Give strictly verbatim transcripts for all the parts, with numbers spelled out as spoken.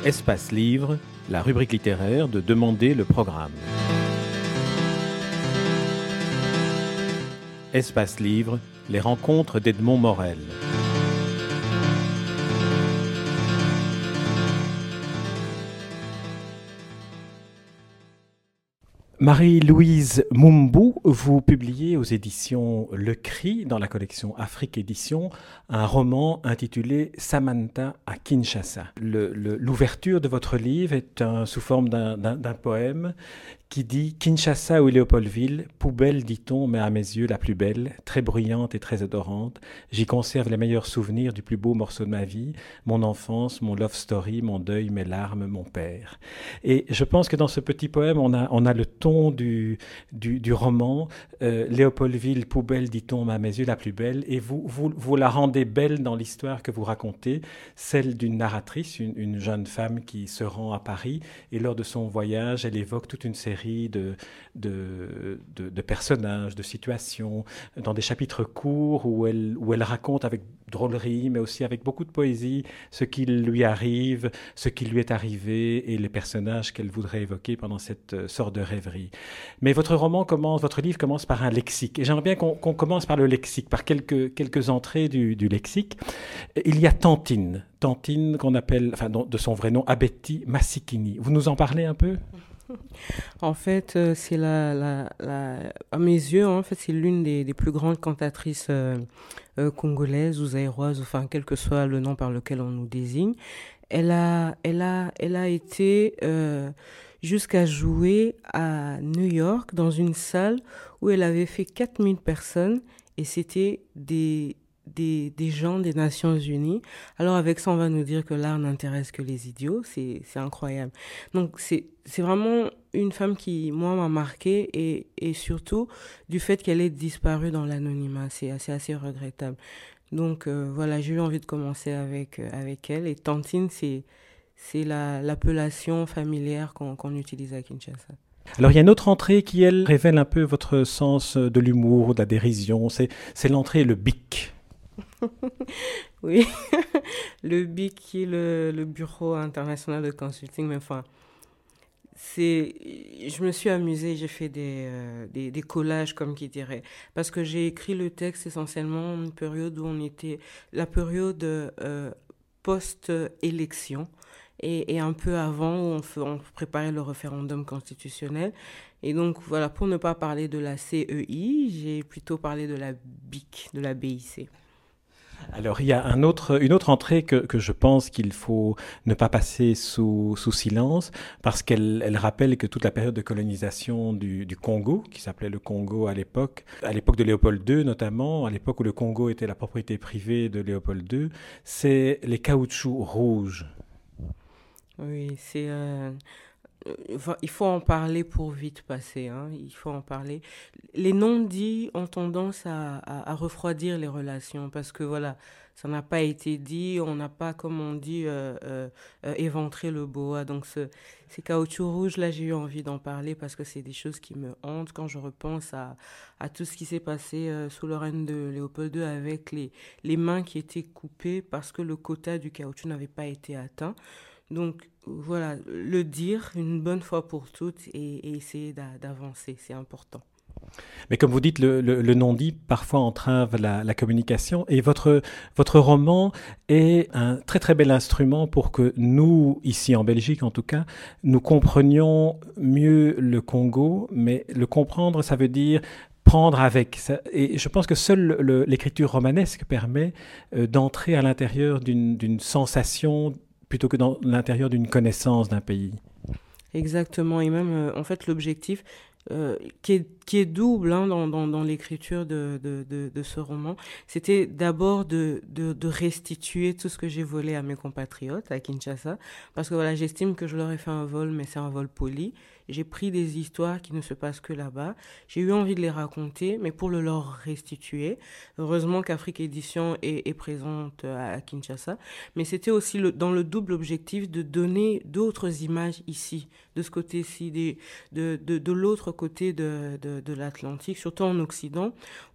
Espace Livre, la rubrique littéraire de Demander le programme. Espace Livre, les rencontres d'Edmond Morel. Marie-Louise Moumbou, vous publiez aux éditions Le Cri, dans la collection Afrique Éditions, un roman intitulé Samantha à Kinshasa. Le, le, l'ouverture de votre livre est un, sous forme d'un, d'un, d'un poème qui dit « Kinshasa ou Léopoldville, poubelle dit-on, mais à mes yeux la plus belle, très bruyante et très odorante. J'y conserve les meilleurs souvenirs du plus beau morceau de ma vie, mon enfance, mon love story, mon deuil, mes larmes, mon père. » Et je pense que dans ce petit poème, on a, on a le ton du, du, du roman. Euh, Léopoldville, poubelle dit-on, mais à mes yeux la plus belle. Et vous, vous, vous la rendez belle dans l'histoire que vous racontez, celle d'une narratrice, une, une jeune femme qui se rend à Paris. Et lors de son voyage, elle évoque toute une série De, de, de, de personnages, de situations, dans des chapitres courts où elle, où elle raconte avec drôlerie, mais aussi avec beaucoup de poésie, ce qui lui arrive, ce qui lui est arrivé et les personnages qu'elle voudrait évoquer pendant cette sorte de rêverie. Mais votre roman commence, votre livre commence par un lexique. Et j'aimerais bien qu'on, qu'on commence par le lexique, par quelques, quelques entrées du, du lexique. Il y a Tantine, Tantine qu'on appelle, enfin de son vrai nom, Abeti Masikini. Vous nous en parlez un peu ? En fait, euh, c'est la, la, la, à mes yeux, en fait, c'est l'une des, des plus grandes cantatrices euh, euh, congolaises ou zaïroises, enfin, quel que soit le nom par lequel on nous désigne. Elle a, elle a, elle a été euh, jusqu'à jouer à New York dans une salle où elle avait fait quatre mille personnes et c'était des Des, des gens des Nations Unies. Alors avec ça, on va nous dire que l'art n'intéresse que les idiots. C'est, c'est incroyable. Donc c'est, c'est vraiment une femme qui, moi, m'a marquée et, et surtout du fait qu'elle ait disparu dans l'anonymat. C'est assez, assez regrettable. Donc euh, voilà, j'ai eu envie de commencer avec, euh, avec elle. Et Tantine, c'est, c'est la, l'appellation familière qu'on, qu'on utilise à Kinshasa. Alors il y a une autre entrée qui, elle, révèle un peu votre sens de l'humour, de la dérision. C'est, c'est l'entrée, le bic. Oui, le B I C qui est le, le Bureau international de consulting, mais enfin, c'est, je me suis amusée, j'ai fait des, euh, des, des collages, comme qui dirait, parce que j'ai écrit le texte essentiellement une période où on était, la période euh, post-élection, et, et un peu avant où on, fait, on préparait le référendum constitutionnel. Et donc, voilà, pour ne pas parler de la C E I, j'ai plutôt parlé de la B I C, de la B I C. Alors, il y a un autre, une autre entrée que, que je pense qu'il faut ne pas passer sous, sous silence, parce qu'elle elle rappelle que toute la période de colonisation du, du Congo, qui s'appelait le Congo à l'époque, à l'époque de Léopold deux notamment, à l'époque où le Congo était la propriété privée de Léopold deux, c'est les caoutchoucs rouges. Oui, c'est... Euh... Il faut en parler pour vite passer, hein. Il faut en parler. Les non-dits ont tendance à, à, à refroidir les relations parce que voilà, ça n'a pas été dit, on n'a pas, comme on dit, euh, euh, euh, éventré le boa. Donc ce, ces caoutchoucs rouges, là, j'ai eu envie d'en parler parce que c'est des choses qui me hantent quand je repense à, à tout ce qui s'est passé euh, sous le règne de Léopold deux avec les, les mains qui étaient coupées parce que le quota du caoutchouc n'avait pas été atteint. Donc voilà, le dire une bonne fois pour toutes et, et essayer d'a, d'avancer, c'est important. Mais comme vous dites, le, le, le non-dit parfois entrave la, la communication et votre, votre roman est un très très bel instrument pour que nous, ici en Belgique en tout cas, nous comprenions mieux le Congo, mais le comprendre, ça veut dire prendre avec. Et je pense que seule le, l'écriture romanesque permet euh, d'entrer à l'intérieur d'une, d'une sensation plutôt que dans l'intérieur d'une connaissance d'un pays. Exactement, et même euh, en fait l'objectif euh, qui, est, qui est double hein, dans, dans, dans l'écriture de, de, de, de ce roman, c'était d'abord de, de, de restituer tout ce que j'ai volé à mes compatriotes à Kinshasa, parce que voilà, j'estime que je leur ai fait un vol, mais c'est un vol poli. J'ai pris des histoires qui ne se passent que là-bas. J'ai eu envie de les raconter, mais pour le leur restituer. Heureusement qu'Afrique Édition est, est présente à Kinshasa. Mais c'était aussi le, dans le double objectif de donner d'autres images ici, de ce côté-ci, des, de, de, de l'autre côté de, de, de l'Atlantique, surtout en Occident,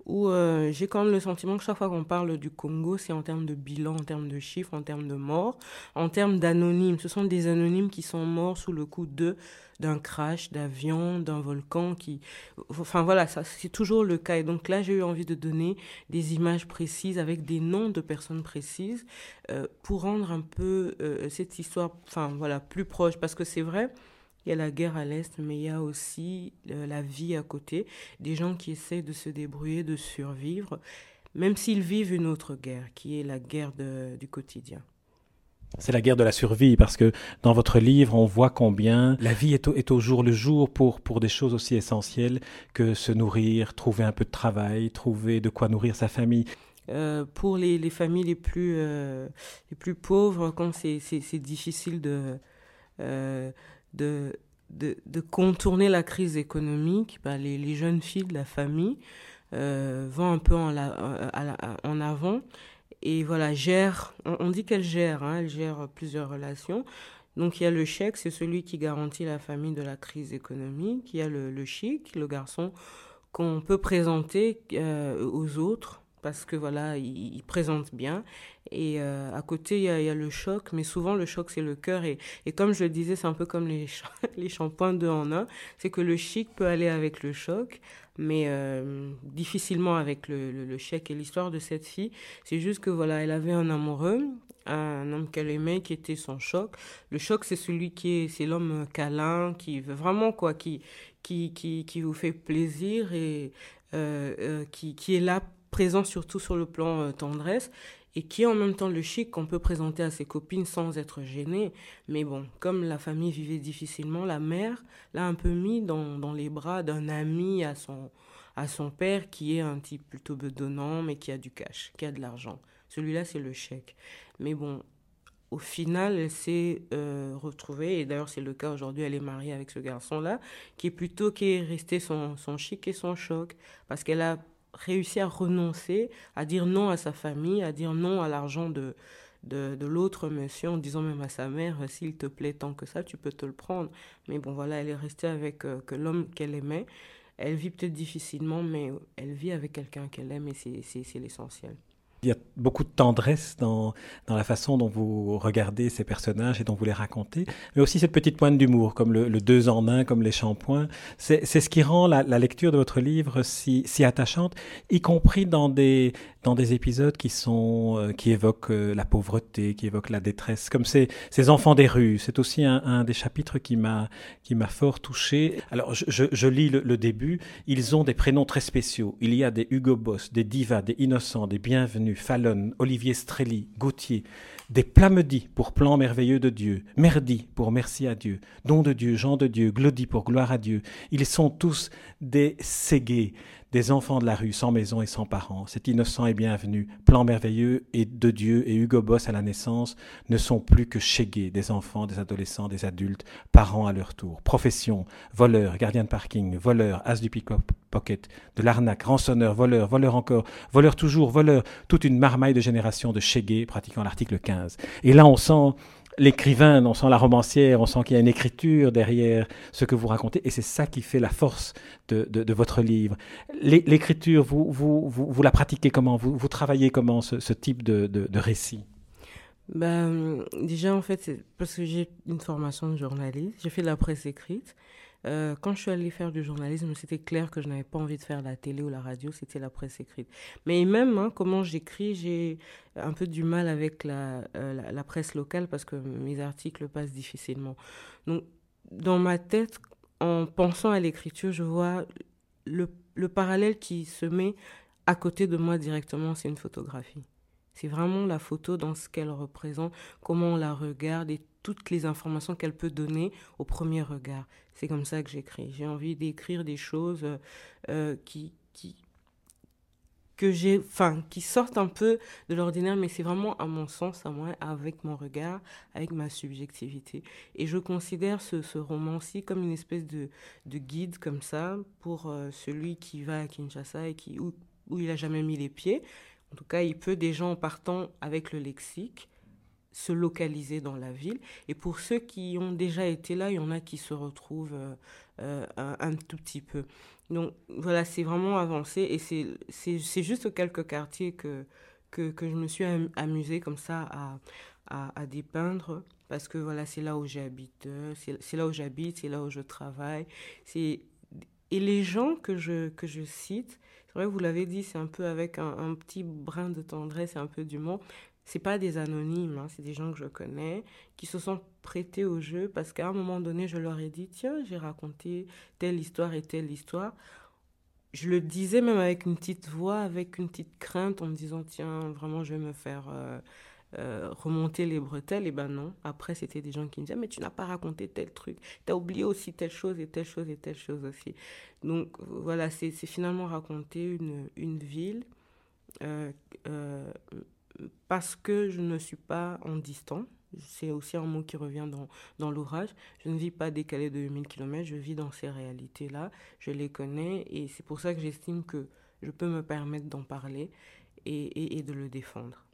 où euh, j'ai quand même le sentiment que chaque fois qu'on parle du Congo, c'est en termes de bilan, en termes de chiffres, en termes de morts, en termes d'anonymes. Ce sont des anonymes qui sont morts sous le coup de d'un crash d'avion, d'un volcan qui... Enfin voilà, ça, c'est toujours le cas. Et donc là, j'ai eu envie de donner des images précises avec des noms de personnes précises euh, pour rendre un peu euh, cette histoire, enfin voilà, plus proche. Parce que c'est vrai, il y a la guerre à l'Est, mais il y a aussi euh, la vie à côté, des gens qui essaient de se débrouiller, de survivre, même s'ils vivent une autre guerre, qui est la guerre de, du quotidien. C'est la guerre de la survie, parce que dans votre livre, on voit combien la vie est au, est au jour le jour pour, pour des choses aussi essentielles que se nourrir, trouver un peu de travail, trouver de quoi nourrir sa famille. Euh, pour les, les familles les plus, euh, les plus pauvres, quand c'est, c'est, c'est difficile de, euh, de, de, de contourner la crise économique, bah, les, les jeunes filles de la famille euh, vont un peu en, la, à la, en avant. Et voilà, gère, on, on dit qu'elle gère, hein, elle gère plusieurs relations. Donc il y a le chèque, c'est celui qui garantit la famille de la crise économique. Il y a le, le chic, le garçon qu'on peut présenter euh, aux autres parce que voilà, il, il présente bien. Et euh, à côté, il y, a, il y a le choc, mais souvent le choc, c'est le cœur. Et, et comme je le disais, c'est un peu comme les, les shampoings deux en un. C'est que le chic peut aller avec le choc, mais euh, difficilement avec le, le, le chèque. Et l'histoire de cette fille, c'est juste que voilà, elle avait un amoureux, un homme qu'elle aimait, qui était son choc. Le choc, c'est celui qui est, c'est l'homme câlin, qui veut vraiment quoi, qui, qui, qui, qui vous fait plaisir et euh, euh, qui, qui est là, présent surtout sur le plan euh, tendresse, et qui est en même temps le chic qu'on peut présenter à ses copines sans être gêné. Mais bon, comme la famille vivait difficilement, la mère l'a un peu mis dans, dans les bras d'un ami à son, à son père, qui est un type plutôt bedonnant, mais qui a du cash, qui a de l'argent. Celui-là, c'est le chèque. Mais bon, au final, elle s'est euh, retrouvée, et d'ailleurs c'est le cas aujourd'hui, elle est mariée avec ce garçon-là, qui est plutôt qui est resté son, son chic et son choc, parce qu'elle a réussi à renoncer, à dire non à sa famille, à dire non à l'argent de, de, de l'autre monsieur, en disant même à sa mère, s'il te plaît tant que ça, tu peux te le prendre. Mais bon, voilà, elle est restée avec euh, que l'homme qu'elle aimait. Elle vit peut-être difficilement, mais elle vit avec quelqu'un qu'elle aime, et c'est, c'est, c'est l'essentiel. Il y a beaucoup de tendresse dans, dans la façon dont vous regardez ces personnages et dont vous les racontez, mais aussi cette petite pointe d'humour, comme le, le deux en un, comme les shampoings. C'est, c'est ce qui rend la, la lecture de votre livre si, si attachante, y compris dans des, dans des épisodes qui, sont, euh, qui évoquent euh, la pauvreté, qui évoquent la détresse, comme ces, ces enfants des rues. C'est aussi un, un des chapitres qui m'a, qui m'a fort touché. Alors, je, je, je lis le, le début. Ils ont des prénoms très spéciaux. Il y a des Hugo Boss, des Divas, des Innocents, des Bienvenus, Fallon, Olivier Strelli, Gauthier, des Plamedis pour Plan merveilleux de Dieu, Merdi pour Merci à Dieu, Don de Dieu, Jean de Dieu, Glody pour Gloire à Dieu. Ils sont tous des ségués, des enfants de la rue, sans maison et sans parents. Cet innocent et bienvenu, Plan merveilleux et de Dieu et Hugo Boss à la naissance ne sont plus que chégués, des enfants, des adolescents, des adultes, parents à leur tour. Profession, voleur, gardien de parking, voleur, as du pickpocket, de l'arnaque, rançonneur, voleur, voleur encore, voleur toujours, voleur, toute une marmaille de générations de chégués pratiquant l'article quinze. Et là, on sent l'écrivain, on sent la romancière, on sent qu'il y a une écriture derrière ce que vous racontez, et c'est ça qui fait la force de, de, de votre livre. L'écriture, vous, vous, vous, vous la pratiquez comment? Vous, vous travaillez comment ce, ce type de, de, de récit? Ben, déjà, en fait, c'est parce que j'ai une formation de journaliste, j'ai fait de la presse écrite. Euh, quand je suis allée faire du journalisme, c'était clair que je n'avais pas envie de faire la télé ou la radio, c'était la presse écrite. Mais même, hein, comment j'écris, j'ai un peu du mal avec la, euh, la, la presse locale parce que mes articles passent difficilement. Donc, dans ma tête, en pensant à l'écriture, je vois le, le parallèle qui se met à côté de moi directement, c'est une photographie. C'est vraiment la photo dans ce qu'elle représente, comment on la regarde et toutes les informations qu'elle peut donner au premier regard. C'est comme ça que j'écris. J'ai envie d'écrire des choses euh, qui, qui, que j'ai, enfin, qui sortent un peu de l'ordinaire, mais c'est vraiment à mon sens, à moi, avec mon regard, avec ma subjectivité. Et je considère ce, ce roman-ci comme une espèce de, de guide comme ça pour euh, celui qui va à Kinshasa et qui, où, où il n'a jamais mis les pieds. En tout cas, il peut déjà en partant avec le lexique se localiser dans la ville. Et pour ceux qui ont déjà été là, il y en a qui se retrouvent euh, euh, un, un tout petit peu. Donc voilà, c'est vraiment avancé et c'est, c'est, c'est juste quelques quartiers que, que, que je me suis amusée comme ça à, à, à dépeindre parce que voilà, c'est là où j'habite, c'est, c'est là où j'habite, c'est là où je travaille. C'est... Et les gens que je, que je cite, c'est vrai, vous l'avez dit, c'est un peu avec un, un petit brin de tendresse et un peu d'humour. C'est pas des anonymes, hein, c'est des gens que je connais qui se sont prêtés au jeu parce qu'à un moment donné, je leur ai dit, tiens, j'ai raconté telle histoire et telle histoire. Je le disais même avec une petite voix, avec une petite crainte, en me disant, tiens, vraiment, je vais me faire euh, euh, remonter les bretelles. Et ben non. Après, c'était des gens qui me disaient, mais tu n'as pas raconté tel truc. Tu as oublié aussi telle chose et telle chose et telle chose aussi. Donc voilà, c'est, c'est finalement raconter une, une ville. Euh, euh, Parce que je ne suis pas en distant, c'est aussi un mot qui revient dans, dans l'ouvrage, je ne vis pas décalé de mille kilomètres, je vis dans ces réalités-là, je les connais et c'est pour ça que j'estime que je peux me permettre d'en parler et, et, et de le défendre.